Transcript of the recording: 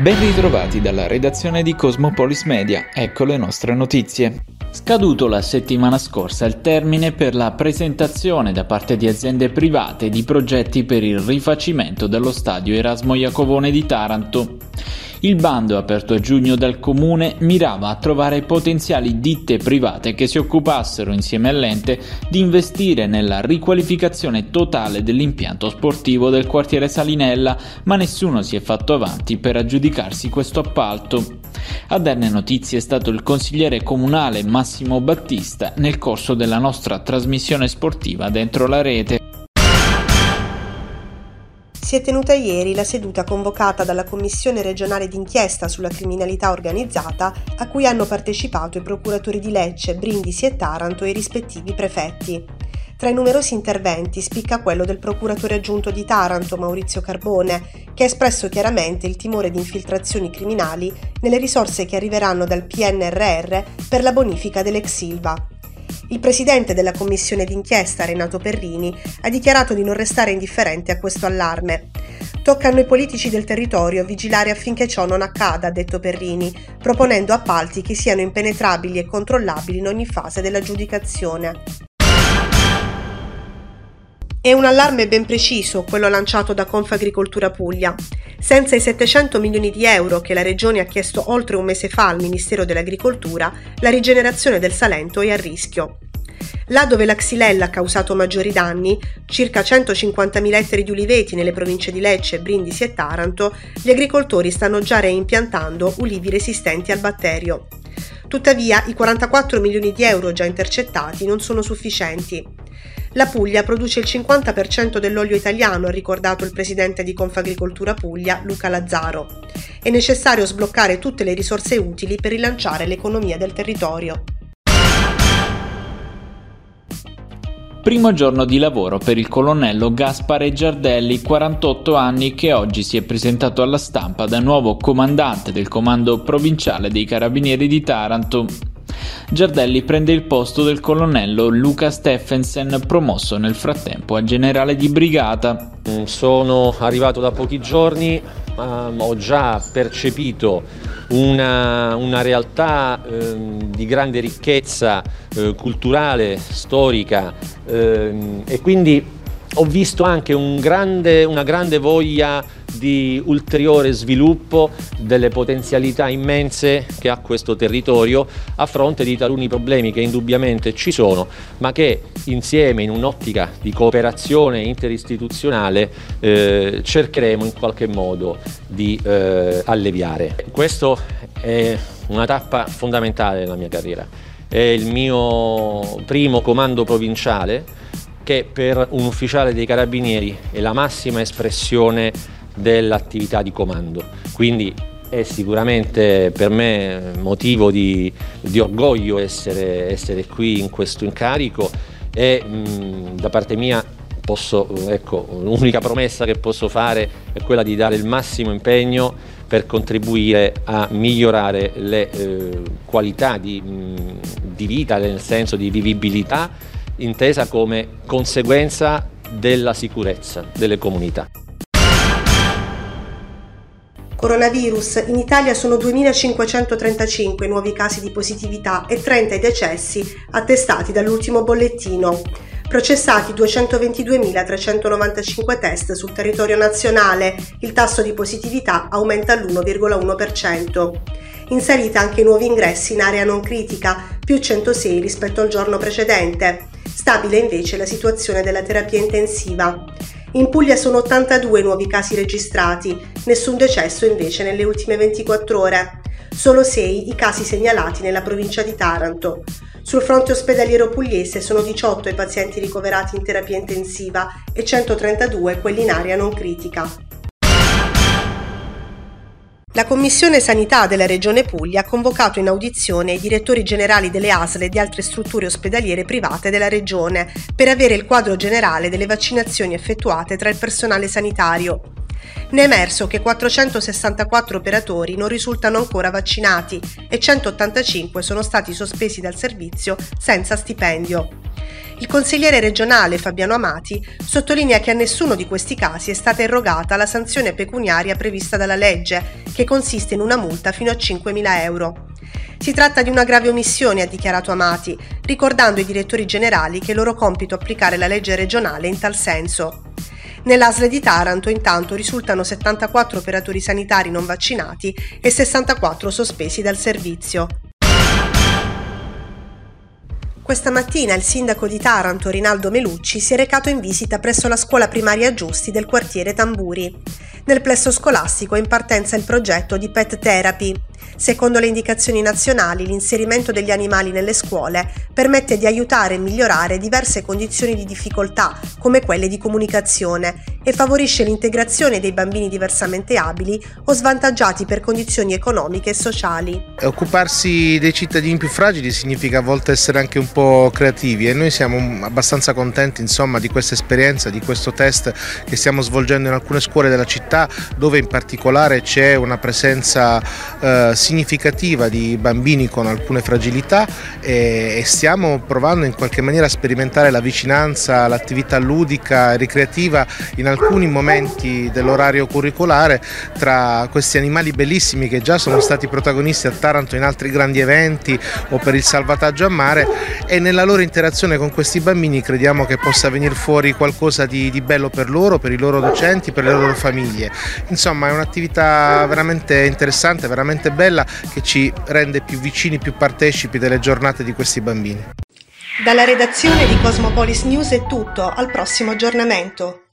Ben ritrovati dalla redazione di Cosmopolis Media, ecco le nostre notizie. Scaduto la settimana scorsa il termine per la presentazione da parte di aziende private di progetti per il rifacimento dello stadio Erasmo Iacovone di Taranto. Il bando aperto a giugno dal comune mirava a trovare potenziali ditte private che si occupassero insieme all'ente di investire nella riqualificazione totale dell'impianto sportivo del quartiere Salinella, ma nessuno si è fatto avanti per aggiudicarsi questo appalto. A darne notizie è stato il consigliere comunale Massimo Battista nel corso della nostra trasmissione sportiva Dentro la Rete. Si è tenuta ieri la seduta convocata dalla Commissione regionale d'inchiesta sulla criminalità organizzata, a cui hanno partecipato i procuratori di Lecce, Brindisi e Taranto e i rispettivi prefetti. Tra i numerosi interventi spicca quello del procuratore aggiunto di Taranto, Maurizio Carbone, che ha espresso chiaramente il timore di infiltrazioni criminali nelle risorse che arriveranno dal PNRR per la bonifica dell'ex Ilva. Il presidente della commissione d'inchiesta, Renato Perrini, ha dichiarato di non restare indifferente a questo allarme. Tocca a noi politici del territorio vigilare affinché ciò non accada, ha detto Perrini, proponendo appalti che siano impenetrabili e controllabili in ogni fase dell'aggiudicazione. È un allarme ben preciso quello lanciato da Confagricoltura Puglia. Senza i 700 milioni di euro che la Regione ha chiesto oltre un mese fa al Ministero dell'Agricoltura, la rigenerazione del Salento è a rischio. Là dove la Xylella ha causato maggiori danni, circa 150.000 ettari di uliveti nelle province di Lecce, Brindisi e Taranto, gli agricoltori stanno già reimpiantando ulivi resistenti al batterio. Tuttavia, i 44 milioni di euro già intercettati non sono sufficienti. La Puglia produce il 50% dell'olio italiano, ha ricordato il presidente di Confagricoltura Puglia, Luca Lazzaro. È necessario sbloccare tutte le risorse utili per rilanciare l'economia del territorio. Primo giorno di lavoro per il colonnello Gaspare Giardelli, 48 anni, che oggi si è presentato alla stampa da nuovo comandante del comando provinciale dei Carabinieri di Taranto. Giardelli prende il posto del colonnello Luca Steffensen, promosso nel frattempo a generale di brigata. Sono arrivato da pochi giorni, ho già percepito una realtà di grande ricchezza culturale, storica, e quindi ho visto anche una grande voglia di ulteriore sviluppo delle potenzialità immense che ha questo territorio a fronte di taluni problemi che indubbiamente ci sono, ma che insieme in un'ottica di cooperazione interistituzionale cercheremo in qualche modo di alleviare. Questo è una tappa fondamentale nella mia carriera, è il mio primo comando provinciale, che per un ufficiale dei Carabinieri è la massima espressione dell'attività di comando, quindi è sicuramente per me motivo di orgoglio essere qui in questo incarico e da parte mia l'unica promessa che posso fare è quella di dare il massimo impegno per contribuire a migliorare le qualità di vita, nel senso di vivibilità, intesa come conseguenza della sicurezza delle comunità. Coronavirus. In Italia sono 2.535 i nuovi casi di positività e 30 i decessi attestati dall'ultimo bollettino. Processati 222.395 test sul territorio nazionale, il tasso di positività aumenta all'1,1%. Inserita anche i nuovi ingressi in area non critica, più 106 rispetto al giorno precedente. Stabile invece la situazione della terapia intensiva. In Puglia sono 82 nuovi casi registrati, nessun decesso invece nelle ultime 24 ore. Solo 6 i casi segnalati nella provincia di Taranto. Sul fronte ospedaliero pugliese sono 18 i pazienti ricoverati in terapia intensiva e 132 quelli in area non critica. La Commissione Sanità della Regione Puglia ha convocato in audizione i direttori generali delle ASL e di altre strutture ospedaliere private della Regione per avere il quadro generale delle vaccinazioni effettuate tra il personale sanitario. Ne è emerso che 464 operatori non risultano ancora vaccinati e 185 sono stati sospesi dal servizio senza stipendio. Il consigliere regionale Fabiano Amati sottolinea che a nessuno di questi casi è stata erogata la sanzione pecuniaria prevista dalla legge, che consiste in una multa fino a 5.000 euro. Si tratta di una grave omissione, ha dichiarato Amati, ricordando ai direttori generali che è loro compito applicare la legge regionale in tal senso. Nell'ASL di Taranto, intanto, risultano 74 operatori sanitari non vaccinati e 64 sospesi dal servizio. Questa mattina il sindaco di Taranto, Rinaldo Melucci, si è recato in visita presso la scuola primaria Giusti del quartiere Tamburi. Nel plesso scolastico è in partenza il progetto di Pet Therapy. Secondo le indicazioni nazionali, l'inserimento degli animali nelle scuole permette di aiutare e migliorare diverse condizioni di difficoltà, come quelle di comunicazione, e favorisce l'integrazione dei bambini diversamente abili o svantaggiati per condizioni economiche e sociali. Occuparsi dei cittadini più fragili significa a volte essere anche un po' creativi, e noi siamo abbastanza contenti, insomma, di questa esperienza, di questo test che stiamo svolgendo in alcune scuole della città, dove in particolare c'è una presenza significativa di bambini con alcune fragilità, e stiamo provando in qualche maniera a sperimentare la vicinanza, l'attività ludica e ricreativa in alcuni momenti dell'orario curricolare tra questi animali bellissimi che già sono stati protagonisti a Taranto in altri grandi eventi o per il salvataggio a mare, e nella loro interazione con questi bambini crediamo che possa venire fuori qualcosa di bello per loro, per i loro docenti, per le loro famiglie. Insomma, è un'attività veramente interessante, veramente bella, che ci rende più vicini, più partecipi delle giornate di questi bambini. Dalla redazione di Cosmopolis News è tutto, al prossimo aggiornamento.